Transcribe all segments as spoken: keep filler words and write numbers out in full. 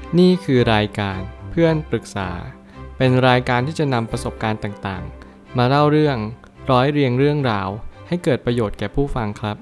นี่คือรายการเพื่อนปรึกษาเป็นรายการที่จะนำประสบการณ์ต่างๆมาเล่าเรื่องร้อยเรียงเรื่องราวให้เกิดประโยชน์แก่ผู้ฟังครับ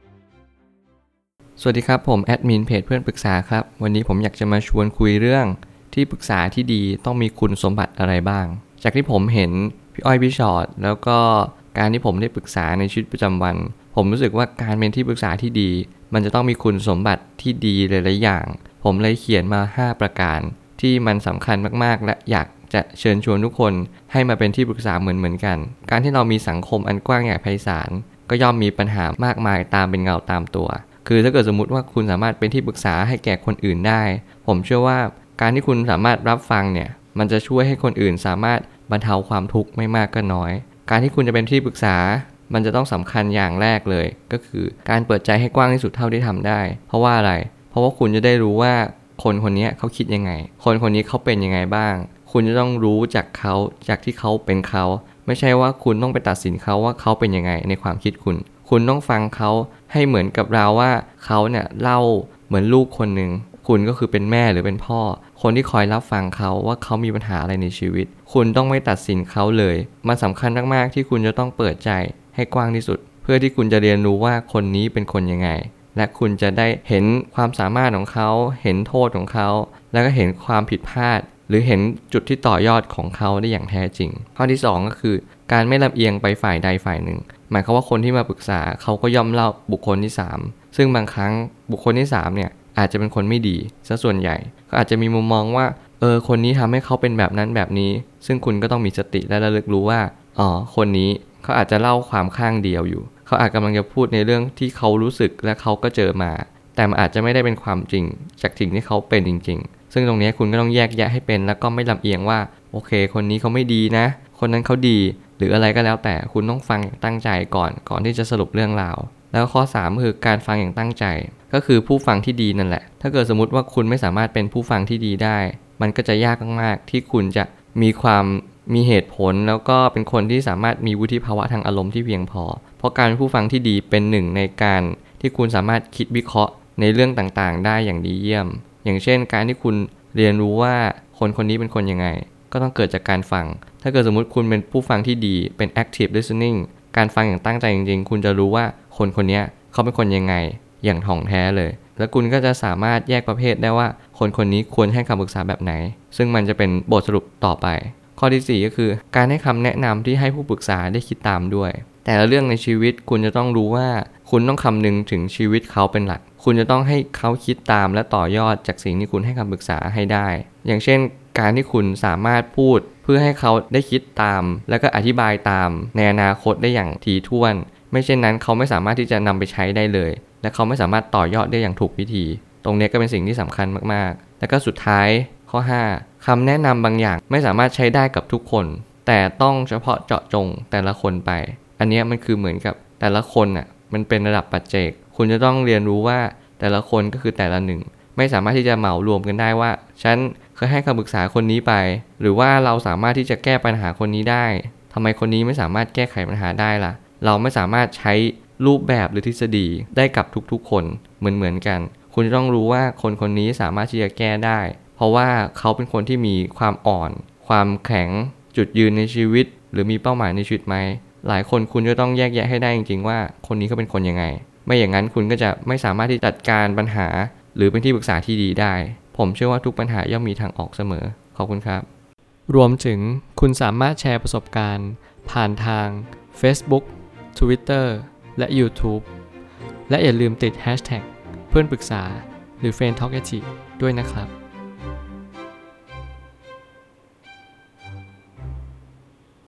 สวัสดีครับผมแอดมินเพจเพื่อนปรึกษาครับวันนี้ผมอยากจะมาชวนคุยเรื่องที่ปรึกษาที่ดีต้องมีคุณสมบัติอะไรบ้างจากที่ผมเห็นพี่อ้อยพี่ชอตแล้วก็การที่ผมได้ปรึกษาในชีวิตประจำวันผมรู้สึกว่าการเป็นที่ปรึกษาที่ดีมันจะต้องมีคุณสมบัติที่ดีหลายๆอย่างผมเลยเขียนมาห้าประการที่มันสำคัญมากๆและอยากจะเชิญชวนทุกคนให้มาเป็นที่ปรึกษาเหมือนเหมือนกันการที่เรามีสังคมอันกว้างใหญ่ไพศาลก็ย่อมมีปัญหามากมายตามเป็นเงาตามตัวคือถ้าเกิดสมมุติว่าคุณสามารถเป็นที่ปรึกษาให้แก่คนอื่นได้ผมเชื่อว่าการที่คุณสามารถรับฟังเนี่ยมันจะช่วยให้คนอื่นสามารถบรรเทาความทุกข์ไม่มากก็น้อยการที่คุณจะเป็นที่ปรึกษามันจะต้องสำคัญอย่างแรกเลยก็คือการเปิดใจให้กว้างที่สุดเท่าที่ทำได้เพราะว่าอะไรเพราะว่าคุณจะได้รู้ว่าคนคนนี้เขาคิดยังไงคนคนนี้เขาเป็นยังไงบ้างคุณจะต้องรู้จากเขาจากที่เขาเป็นเขาไม่ใช่ว่าคุณต้องไปตัดสินเขาว่าเขาเป็นยังไงในความคิดคุณคุณต้องฟังเขาให้เหมือนกับเราว่าเขาเนี่ยเล่าเหมือนลูกคนหนึ่งคุณก็คือเป็นแม่หรือเป็นพ่อคนที่คอยรับฟังเขาว่าเขามีปัญหาอะไรในชีวิตคุณต้องไม่ตัดสินเขาเลยมันสำคัญมากๆที่คุณจะต้องเปิดใจให้กว้างที่สุดเพื่อที่คุณจะเรียนรู้ว่าคนนี้เป็นคนยังไงและคุณจะได้เห็นความสามารถของเขาเห็นโทษของเขาแล้วก็เห็นความผิดพลาดหรือเห็นจุดที่ต่อยอดของเขาได้อย่างแท้จริงข้อที่สองก็คือการไม่ลำเอียงไปฝ่ายใดฝ่ายหนึ่งหมายความว่าคนที่มาปรึกษาเขาก็ย่อมเล่าบุคคลที่สามซึ่งบางครั้งบุคคลที่สามเนี่ยอาจจะเป็นคนไม่ดีซะส่วนใหญ่ก็อาจจะมีมุมมองว่าเออคนนี้ทำให้เขาเป็นแบบนั้นแบบนี้ซึ่งคุณก็ต้องมีสติและระลึกรู้ว่าอ๋อคนนี้เขาอาจจะเล่าความข้างเดียวอยู่เขาอาจกำลังจะพูดในเรื่องที่เขารู้สึกและเขาก็เจอมาแต่มันอาจจะไม่ได้เป็นความจริงจากสิ่งที่เขาเป็นจริงๆซึ่งตรงนี้คุณก็ต้องแยกแยะให้เป็นแล้วก็ไม่ลำเอียงว่าโอเคคนนี้เขาไม่ดีนะคนนั้นเขาดีหรืออะไรก็แล้วแต่คุณต้องฟังอย่างตั้งใจก่อนก่อนที่จะสรุปเรื่องราวแล้วข้อสามคือการฟังอย่างตั้งใจก็คือผู้ฟังที่ดีนั่นแหละถ้าเกิดสมมติว่าคุณไม่สามารถเป็นผู้ฟังที่ดีได้มันก็จะยากมากๆที่คุณจะมีความมีเหตุผลแล้วก็เป็นคนที่สามารถมีวุฒิภาวะทางอารมณ์ที่เพียงพอเพราะการเป็นผู้ฟังที่ดีเป็นหนึ่งในการที่คุณสามารถคิดวิเคราะห์ในเรื่องต่างๆได้อย่างดีเยี่ยมอย่างเช่นการที่คุณเรียนรู้ว่าคนคนนี้เป็นคนยังไงก็ต้องเกิดจากการฟังถ้าเกิดสมมุติคุณเป็นผู้ฟังที่ดีเป็น active listening การฟังอย่างตั้งใจจริงๆคุณจะรู้ว่าคนคนนี้เขาเป็นคนยังไงอย่างถ่องแท้เลยแล้วคุณก็จะสามารถแยกประเภทได้ว่าคนคนนี้ควรให้คำปรึกษาแบบไหนซึ่งมันจะเป็นบทสรุปต่อไปข้อที่สี่ก็คือการให้คำแนะนำที่ให้ผู้ปรึกษาได้คิดตามด้วยแต่ละเรื่องในชีวิตคุณจะต้องรู้ว่าคุณต้องคำนึงถึงชีวิตเขาเป็นหลักคุณจะต้องให้เขาคิดตามและต่อยอดจากสิ่งที่คุณให้คำปรึกษาให้ได้อย่างเช่นการที่คุณสามารถพูดเพื่อให้เขาได้คิดตามแล้วก็อธิบายตามในอนาคตได้อย่างถี่ถ้วนไม่เช่นนั้นเขาไม่สามารถที่จะนำไปใช้ได้เลยและเขาไม่สามารถต่อยอดได้อย่างถูกวิธีตรงนี้ก็เป็นสิ่งที่สำคัญมากๆแล้วก็สุดท้ายข้อห้าคำแนะนำบางอย่างไม่สามารถใช้ได้กับทุกคนแต่ต้องเฉพาะเจาะจงแต่ละคนไปอันนี้มันคือเหมือนกับแต่ละคนน่ะมันเป็นระดับปัจเจกคุณจะต้องเรียนรู้ว่าแต่ละคนก็คือแต่ละหนึ่งไม่สามารถที่จะเหมารวมกันได้ว่าฉันเคยให้คำปรึกษาคนนี้ไปหรือว่าเราสามารถที่จะแก้ปัญหาคนนี้ได้ทำไมคนนี้ไม่สามารถแก้ไขปัญหาได้ล่ะเราไม่สามารถใช้รูปแบบหรือทฤษฎีได้กับทุกๆคนเหมือนๆกันคุณจะต้องรู้ว่าคนคนนี้สามารถที่จะแก้ได้เพราะว่าเขาเป็นคนที่มีความอ่อนความแข็งจุดยืนในชีวิตหรือมีเป้าหมายในชีวิตไหมหลายคนคุณจะต้องแยกแยะให้ได้จริงๆว่าคนนี้เขาเป็นคนยังไงไม่อย่างนั้นคุณก็จะไม่สามารถที่จัดการปัญหาหรือเป็นที่ปรึกษาที่ดีได้ผมเชื่อว่าทุกปัญหาย่อมมีทางออกเสมอขอบคุณครับรวมถึงคุณสามารถแชร์ประสบการณ์ผ่านทาง Facebook Twitter และ YouTube และอย่าลืมติด แฮชแท็ก เพื่อนปรึกษาหรือ เฟรนด์ ทอล์ก ด้วยนะครับ